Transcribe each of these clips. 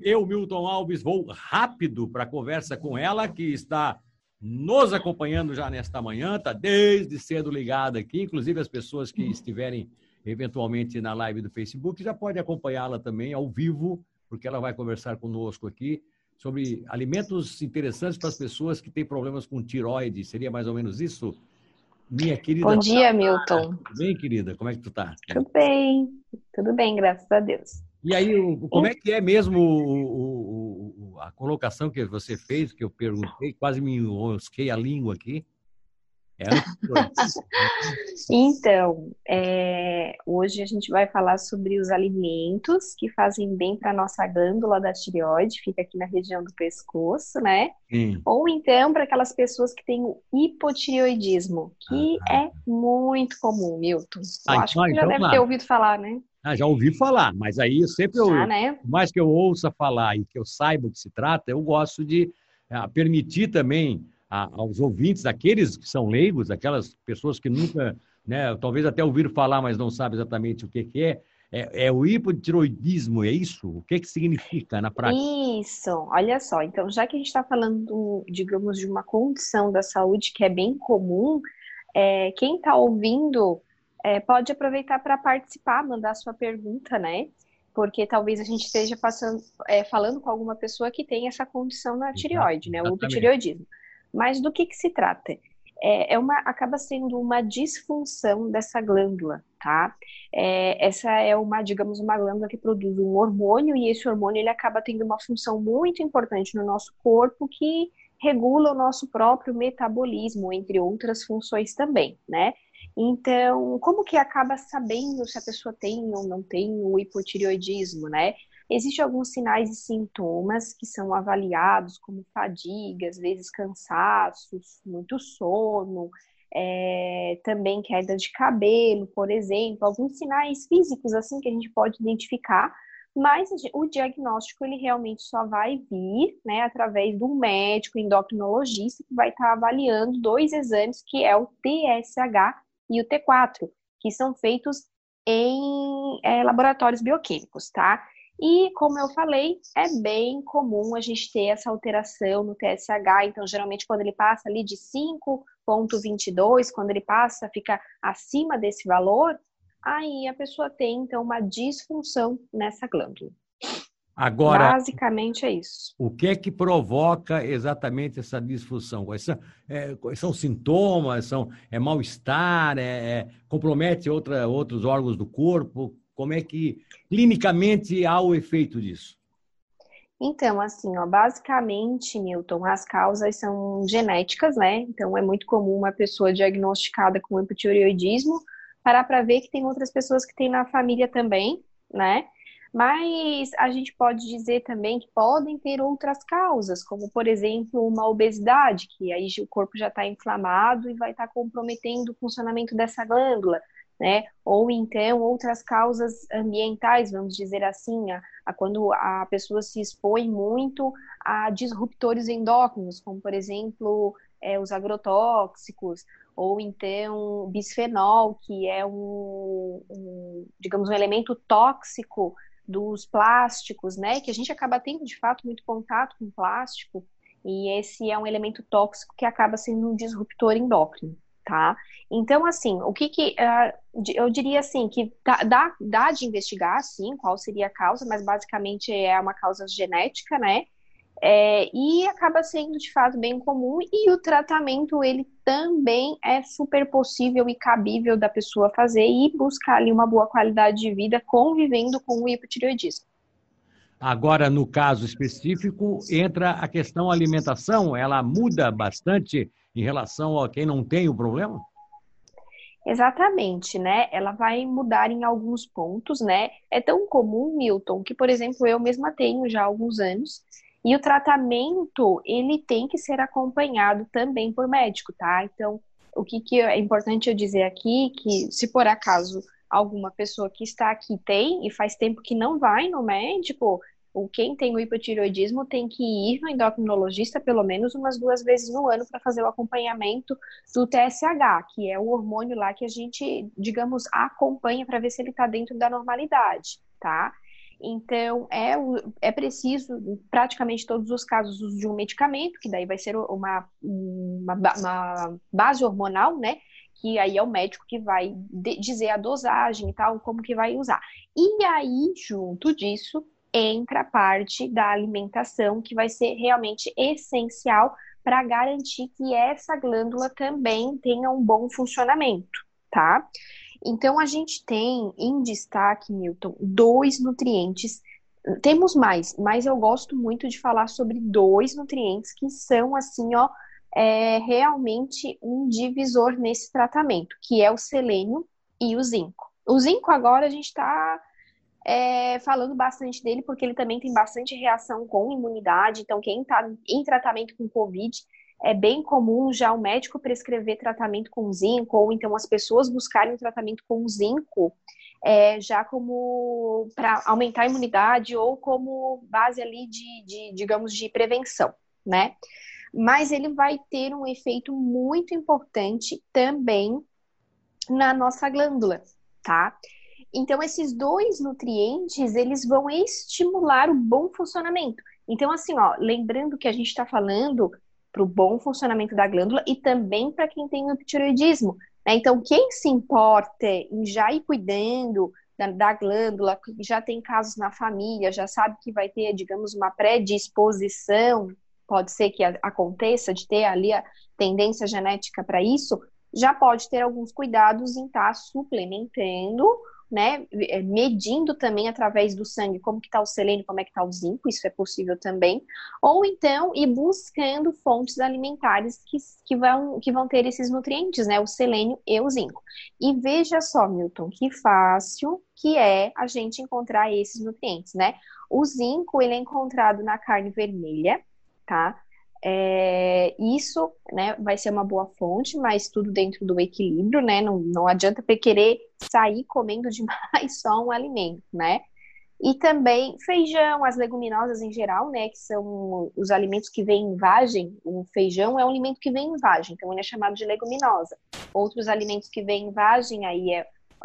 eu, Milton Alves, vou rápido para a conversa com ela, que está nos acompanhando já nesta manhã, está desde cedo ligada aqui, inclusive as pessoas que estiverem eventualmente na live do Facebook já podem acompanhá-la também ao vivo, porque ela vai conversar conosco aqui sobre alimentos interessantes para as pessoas que têm problemas com tireoide. Seria mais ou menos isso? Minha querida Bom dia, Tamara, Milton. tudo bem, querida? Como é que tu tá? Tudo bem, graças a Deus. E aí, como é que é mesmo a colocação que você fez, que eu perguntei, quase me enrosquei a língua aqui? É antibiótico. Então, hoje a gente vai falar sobre os alimentos que fazem bem para a nossa glândula da tireoide, fica aqui na região do pescoço, né? Sim. Ou então para aquelas pessoas que têm o hipotireoidismo, que Ah, é muito comum, Milton. Eu acho que você já então deve ter lá. ouvido falar, né? Já ouvi falar, mas aí Já, né? por mais que eu ouça falar e que eu saiba o que se trata, eu gosto de permitir também aos ouvintes, aqueles que são leigos, aquelas pessoas que nunca, né, talvez até ouviram falar, mas não sabem exatamente o que é o hipotiroidismo, é isso? O que significa na prática? Isso, olha só. Então, já que a gente está falando, digamos, de uma condição da saúde que é bem comum, quem está ouvindo pode aproveitar para participar, mandar sua pergunta, né? Porque talvez a gente esteja falando com alguma pessoa que tem essa condição na tireoide, né? O Exatamente. hipotireoidismo. Mas do que se trata? Acaba sendo uma disfunção dessa glândula, tá? Essa é digamos, uma glândula que produz um hormônio e esse hormônio ele acaba tendo uma função muito importante no nosso corpo que regula o nosso próprio metabolismo, entre outras funções também, né? Então, como que acaba sabendo se a pessoa tem ou não tem o hipotireoidismo, né? Existem alguns sinais e sintomas que são avaliados, como fadiga, às vezes cansaços, muito sono, também queda de cabelo, por exemplo, alguns sinais físicos assim que a gente pode identificar, mas o diagnóstico ele realmente só vai vir, né, através do médico endocrinologista que vai estar avaliando dois exames, que é o TSH e o T4, que são feitos em laboratórios bioquímicos, tá? E, como eu falei, é bem comum a gente ter essa alteração no TSH. Então, geralmente, quando ele passa ali de 5,22, quando ele passa, fica acima desse valor, aí a pessoa tem, então, uma disfunção nessa glândula. Agora, Basicamente é isso. o que é que provoca exatamente essa disfunção? Quais são sintomas? É mal-estar? Compromete outros órgãos do corpo? Como é que clinicamente há o efeito disso? Então, assim, ó, basicamente, Milton, as causas são genéticas, né? Então, é muito comum uma pessoa diagnosticada com hipotireoidismo parar para ver que tem outras pessoas que têm na família também, né? Mas a gente pode dizer também que podem ter outras causas, como, por exemplo, uma obesidade, que aí o corpo já está inflamado e vai estar comprometendo o funcionamento dessa glândula, né? Ou então outras causas ambientais, vamos dizer assim, quando a pessoa se expõe muito a disruptores endócrinos, como, por exemplo, os agrotóxicos, ou então bisfenol, que é digamos, um elemento tóxico dos plásticos, né? Que a gente acaba tendo, de fato, muito contato com plástico, e esse é um elemento tóxico que acaba sendo um disruptor endócrino, tá? Então, assim, eu diria assim, que dá de investigar, sim, qual seria a causa, mas basicamente é uma causa genética, né? E acaba sendo de fato bem comum, e o tratamento ele também é super possível e cabível da pessoa fazer e buscar ali uma boa qualidade de vida convivendo com o hipotireoidismo. Agora, no caso específico, entra a questão alimentação. Ela muda bastante em relação a quem não tem o problema? Exatamente, né? Ela vai mudar em alguns pontos, né? É tão comum, Milton, que, por exemplo, eu mesma tenho já há alguns anos, e o tratamento, ele tem que ser acompanhado também por médico, tá? Então, o que é importante eu dizer aqui, que se por acaso alguma pessoa que está aqui tem, e faz tempo que não vai no médico, quem tem o hipotireoidismo tem que ir no endocrinologista pelo menos umas 2 vezes no ano para fazer o acompanhamento do TSH, que é o hormônio lá que a gente, digamos, acompanha para ver se ele está dentro da normalidade, tá? Então, é preciso, em praticamente todos os casos, o uso de um medicamento, que daí vai ser uma base hormonal, né? Que aí é o médico que vai dizer a dosagem e tal, como que vai usar. E aí, junto disso, entra a parte da alimentação, que vai ser realmente essencial para garantir que essa glândula também tenha um bom funcionamento, tá? Então, a gente tem em destaque, Milton, 2 nutrientes. Temos mais, mas eu gosto muito de falar sobre 2 nutrientes que são, assim, ó, realmente um divisor nesse tratamento, que é o selênio e o zinco. O zinco agora a gente está falando bastante dele porque ele também tem bastante reação com imunidade. Então, quem está em tratamento com Covid, é bem comum já o médico prescrever tratamento com zinco, ou então as pessoas buscarem o tratamento com zinco já como para aumentar a imunidade ou como base ali digamos, de prevenção, né? Mas ele vai ter um efeito muito importante também na nossa glândula, tá? Então, esses 2 nutrientes, eles vão estimular o bom funcionamento. Então, assim, ó, lembrando que a gente está falando para o bom funcionamento da glândula e também para quem tem hipotireoidismo, né? Então, quem se importa em já ir cuidando da glândula, já tem casos na família, já sabe que vai ter, digamos, uma predisposição, pode ser que aconteça de ter ali a tendência genética para isso, já pode ter alguns cuidados em estar suplementando, né, medindo também através do sangue como que está o selênio, como é que está o zinco, isso é possível também, ou então ir buscando fontes alimentares que vão ter esses nutrientes, né, o selênio e o zinco. E veja só, Milton, que fácil que é a gente encontrar esses nutrientes, né? O zinco, ele é encontrado na carne vermelha, tá? Isso, né, vai ser uma boa fonte, mas tudo dentro do equilíbrio, né? Não adianta querer sair comendo demais só um alimento, né? E também feijão, as leguminosas em geral, né? Que são os alimentos que vêm em vagem. O feijão é um alimento que vem em vagem, então ele é chamado de leguminosa. Outros alimentos que vêm em vagem aí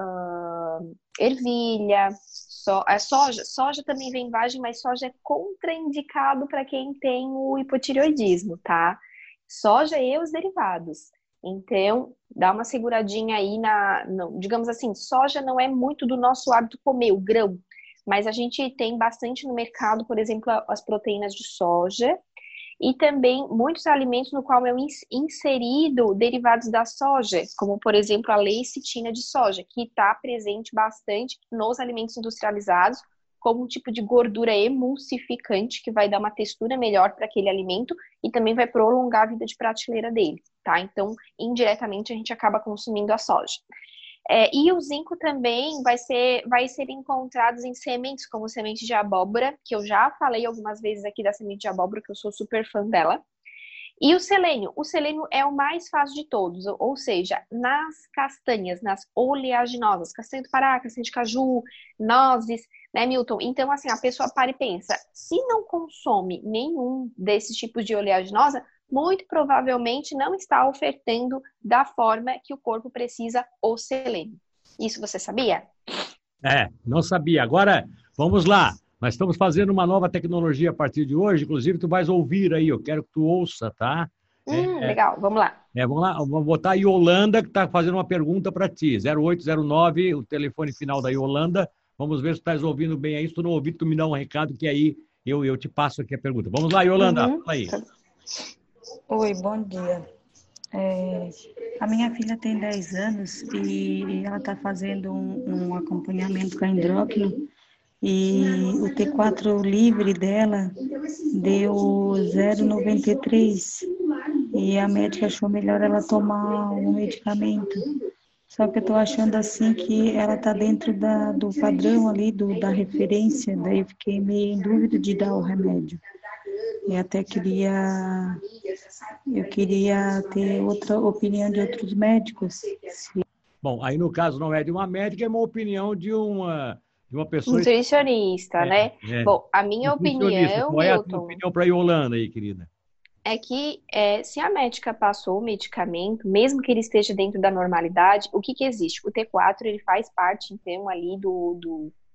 ervilha, soja. Soja também vem em vagem, mas soja é contraindicado para quem tem o hipotireoidismo, tá? Soja e os derivados. Então, dá uma seguradinha aí digamos assim, soja não é muito do nosso hábito comer, o grão, mas a gente tem bastante no mercado, por exemplo, as proteínas de soja e também muitos alimentos no qual é inserido derivados da soja, como, por exemplo, a lecitina de soja, que está presente bastante nos alimentos industrializados, como um tipo de gordura emulsificante, que vai dar uma textura melhor para aquele alimento e também vai prolongar a vida de prateleira dele, tá? Então, indiretamente, a gente acaba consumindo a soja. E o zinco também vai ser encontrado em sementes, como semente de abóbora, que eu já falei algumas vezes aqui da semente de abóbora, que eu sou super fã dela. E o selênio é o mais fácil de todos, ou seja, nas castanhas, nas oleaginosas, castanha do Pará, castanha de caju, nozes, né, Milton? Então, assim, a pessoa para e pensa, se não consome nenhum desses tipos de oleaginosa, muito provavelmente não está ofertando da forma que o corpo precisa o selênio. Isso você sabia? Não sabia. Agora, vamos lá. Nós estamos fazendo uma nova tecnologia a partir de hoje, inclusive tu vais ouvir aí, eu quero que tu ouça, tá? Legal, vamos lá. Vamos lá, vamos botar a Yolanda, que está fazendo uma pergunta para ti. 0809, o telefone final da Yolanda. Vamos ver se tu estás ouvindo bem aí. Se tu não ouvir, tu me dá um recado que aí eu te passo aqui a pergunta. Vamos lá, Yolanda, fala aí. Oi, bom dia. A minha filha tem 10 anos e ela está fazendo um acompanhamento com a endócrino e o T4 livre dela deu 0,93 e a médica achou melhor ela tomar um medicamento. Só que eu estou achando assim que ela está dentro do padrão ali, da referência, daí eu fiquei meio em dúvida de dar o remédio. E até eu queria ter outra opinião de outros médicos. Bom, aí no caso não é de uma médica, é uma opinião de uma pessoa... Nutricionista, né? Bom, a minha opinião, qual é a tua opinião para a Yolanda aí, querida? É que se a médica passou o medicamento, mesmo que ele esteja dentro da normalidade, o que existe? O T4, ele faz parte, então, ali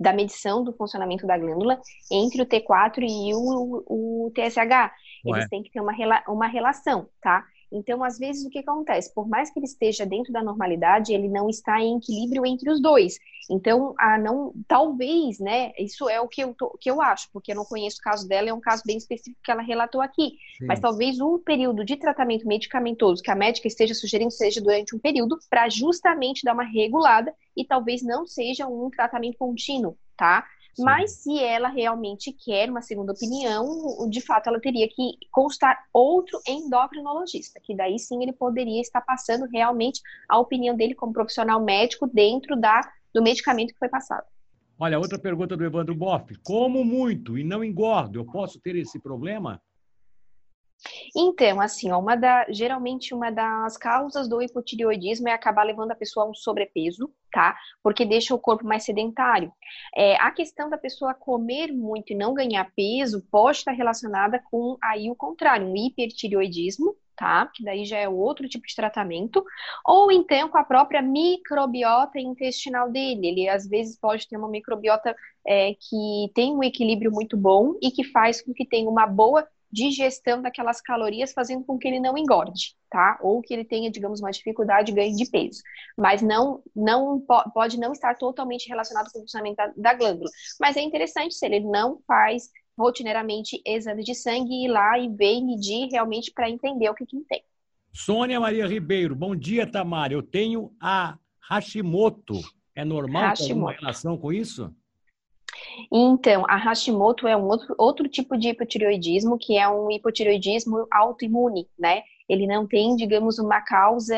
da medição do funcionamento da glândula entre o T4 e o TSH. Eles têm que ter uma relação, tá? Então, às vezes, o que acontece? Por mais que ele esteja dentro da normalidade, ele não está em equilíbrio entre os dois. Então, talvez, né? Isso é o que eu acho, porque eu não conheço o caso dela, é um caso bem específico que ela relatou aqui. Sim. Mas talvez o período de tratamento medicamentoso que a médica esteja sugerindo seja durante um período para justamente dar uma regulada e talvez não seja um tratamento contínuo, tá? Sim. Mas se ela realmente quer uma segunda opinião, de fato ela teria que consultar outro endocrinologista, que daí sim ele poderia estar passando realmente a opinião dele como profissional médico dentro do medicamento que foi passado. Olha, outra pergunta do Evandro Boff. Como muito e não engordo, eu posso ter esse problema? Então, assim, geralmente uma das causas do hipotireoidismo é acabar levando a pessoa a um sobrepeso, tá? Porque deixa o corpo mais sedentário. A questão da pessoa comer muito e não ganhar peso pode estar relacionada com aí o contrário, um hipertireoidismo, tá? Que daí já é outro tipo de tratamento. Ou então com a própria microbiota intestinal dele. Ele às vezes pode ter uma microbiota que tem um equilíbrio muito bom e que faz com que tenha uma boa digestão daquelas calorias, fazendo com que ele não engorde, tá? Ou que ele tenha, digamos, uma dificuldade de ganho de peso. Mas pode não estar totalmente relacionado com o funcionamento da glândula. Mas é interessante se ele não faz rotineiramente exame de sangue, ir lá e ver e medir realmente para entender o que tem. Sônia Maria Ribeiro, bom dia, Tamara. Eu tenho a Hashimoto. É normal ter alguma relação com isso? Então, a Hashimoto é um outro tipo de hipotireoidismo, que é um hipotireoidismo autoimune, né? Ele não tem, digamos, uma causa...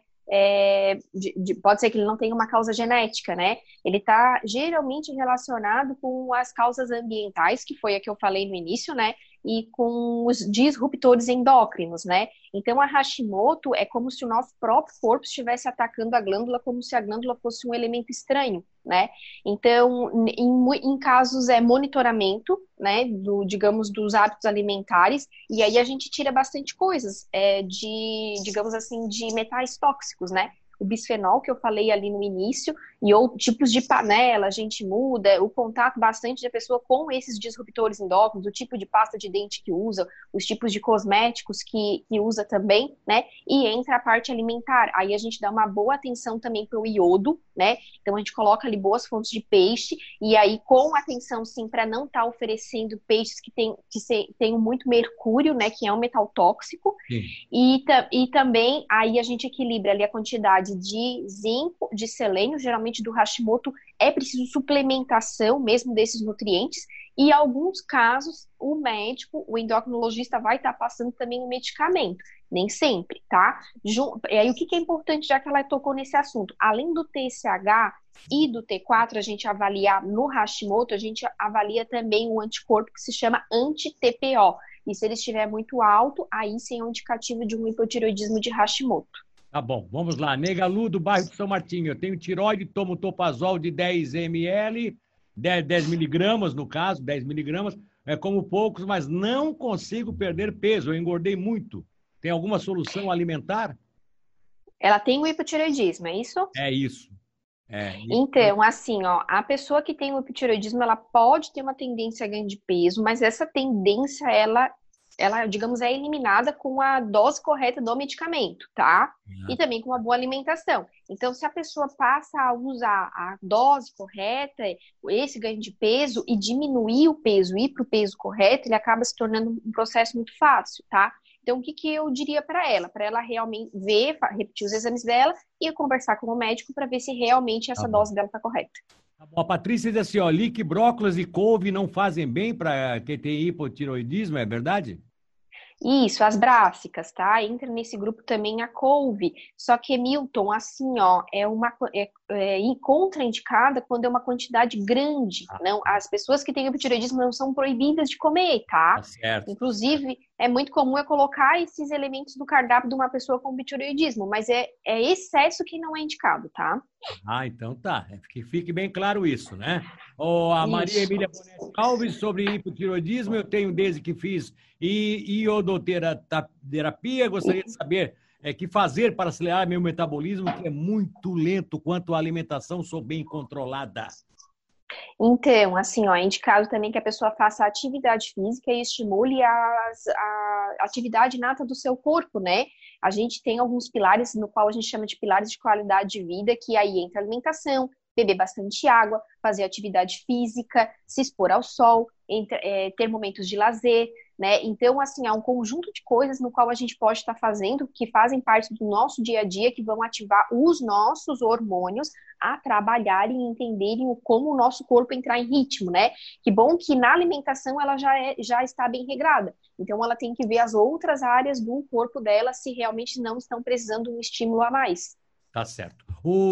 pode ser que ele não tenha uma causa genética, né? Ele está geralmente relacionado com as causas ambientais, que foi a que eu falei no início, né? E com os disruptores endócrinos, né? Então, a Hashimoto é como se o nosso próprio corpo estivesse atacando a glândula, como se a glândula fosse um elemento estranho, né? Então, em casos monitoramento, né? Digamos, dos hábitos alimentares, e aí a gente tira bastante coisas digamos assim, de metais tóxicos, né? O bisfenol que eu falei ali no início, e outros tipos de panela, a gente muda, o contato bastante da pessoa com esses disruptores endócrinos, o tipo de pasta de dente que usa, os tipos de cosméticos que usa também, né? E entra a parte alimentar. Aí a gente dá uma boa atenção também para o iodo, né? Então a gente coloca ali boas fontes de peixe, e aí com atenção sim para não estar oferecendo peixes que tenham muito mercúrio, né? Que é um metal tóxico. E também aí a gente equilibra ali a quantidade de zinco, de selênio, geralmente do Hashimoto é preciso suplementação mesmo desses nutrientes, e em alguns casos o médico, o endocrinologista vai estar passando também um medicamento, nem sempre, tá? E aí o que é importante, já que ela tocou nesse assunto, além do TSH e do T4 a gente avaliar no Hashimoto, a gente avalia também um anticorpo que se chama anti-TPO, e se ele estiver muito alto, aí sim é um indicativo de um hipotireoidismo de Hashimoto. Tá bom, vamos lá. Negalu, do bairro de São Martinho. Eu tenho tireoide, tomo Topazol de 10 ml, 10 miligramas no caso, 10 miligramas. Como poucos, mas não consigo perder peso. Eu engordei muito. Tem alguma solução alimentar? Ela tem o hipotireoidismo, é isso? É isso. Então, assim, ó, a pessoa que tem o hipotireoidismo, ela pode ter uma tendência a ganho de peso, mas essa tendência, ela, digamos, é eliminada com a dose correta do medicamento, tá? E também com uma boa alimentação. Então, se a pessoa passa a usar a dose correta, esse ganho de peso, e diminuir o peso, ir para o peso correto, ele acaba se tornando um processo muito fácil, tá? Então, o que eu diria para ela? Para ela realmente repetir os exames dela e conversar com o médico para ver se realmente essa dose dela está correta. A Patrícia diz assim, ó, leek, brócolis e couve não fazem bem para quem tem hipotireoidismo, é verdade? Isso, as brássicas, tá? Entra nesse grupo também a couve. Só que, Milton, assim, ó, é contraindicada quando é uma quantidade grande. Não, as pessoas que têm hipotireoidismo não são proibidas de comer, tá? Tá certo. Inclusive, é muito comum colocar esses elementos no cardápio de uma pessoa com hipotireoidismo, mas é excesso que não é indicado, tá? Então tá. Que fique bem claro isso, né? A Maria Emília Bonetti Alves, sobre hipotireoidismo, eu tenho desde que fiz iodoterapia, gostaria de saber que fazer para acelerar meu metabolismo, que é muito lento quanto à alimentação, sou bem controlada. Então, assim, ó, é indicado também que a pessoa faça atividade física e estimule a atividade inata do seu corpo, né? A gente tem alguns pilares no qual a gente chama de pilares de qualidade de vida, que aí entra alimentação, beber bastante água, fazer atividade física, se expor ao sol, ter momentos de lazer, né? Então, assim, há um conjunto de coisas no qual a gente pode estar fazendo que fazem parte do nosso dia a dia, que vão ativar os nossos hormônios a trabalharem e entenderem como o nosso corpo entrar em ritmo, né? Que bom que na alimentação ela já está bem regrada. Então, ela tem que ver as outras áreas do corpo dela se realmente não estão precisando de um estímulo a mais. Tá certo.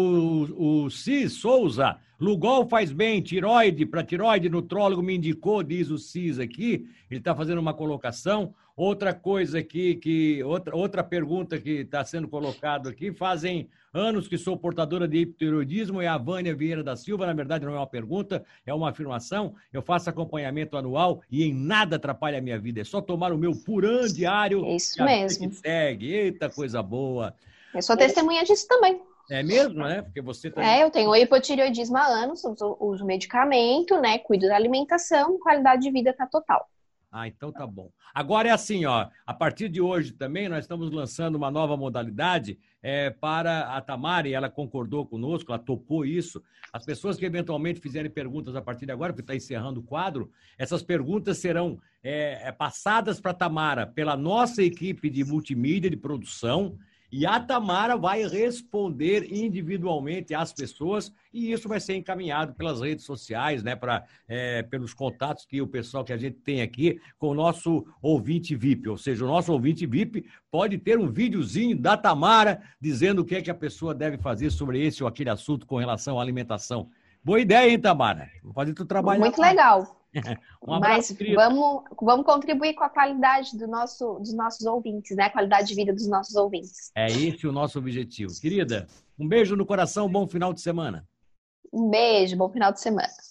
O Cis Souza, Lugol faz bem, tiroide, para tiroide, nutrólogo me indicou, diz o Cis aqui, ele está fazendo uma colocação. Outra coisa aqui, outra pergunta que está sendo colocado aqui, fazem anos que sou portadora de hipotireoidismo, é a Vânia Vieira da Silva, na verdade não é uma pergunta, é uma afirmação, eu faço acompanhamento anual e em nada atrapalha a minha vida, é só tomar o meu Puran diário É isso e a vida mesmo. que segue, eita coisa boa. Eu sou testemunha disso também. É mesmo, né? Porque você também... Eu tenho hipotireoidismo há anos, uso medicamento, né? Cuido da alimentação, qualidade de vida tá total. Ah, então tá bom. Agora é assim, ó, a partir de hoje também nós estamos lançando uma nova modalidade para a Tamara, e ela concordou conosco, ela topou isso. As pessoas que eventualmente fizerem perguntas a partir de agora, porque está encerrando o quadro, essas perguntas serão passadas para a Tamara pela nossa equipe de multimídia, de produção, e a Tamara vai responder individualmente às pessoas e isso vai ser encaminhado pelas redes sociais, né, pelos contatos que o pessoal que a gente tem aqui com o nosso ouvinte VIP. Ou seja, o nosso ouvinte VIP pode ter um videozinho da Tamara dizendo o que é que a pessoa deve fazer sobre esse ou aquele assunto com relação à alimentação. Boa ideia, hein, Tamara? Vou fazer tu trabalhar. Muito legal. Um abraço, mas vamos contribuir com a qualidade dos nossos ouvintes, né? A qualidade de vida dos nossos ouvintes. É esse o nosso objetivo. Querida, um beijo no coração, bom final de semana. Um beijo, bom final de semana.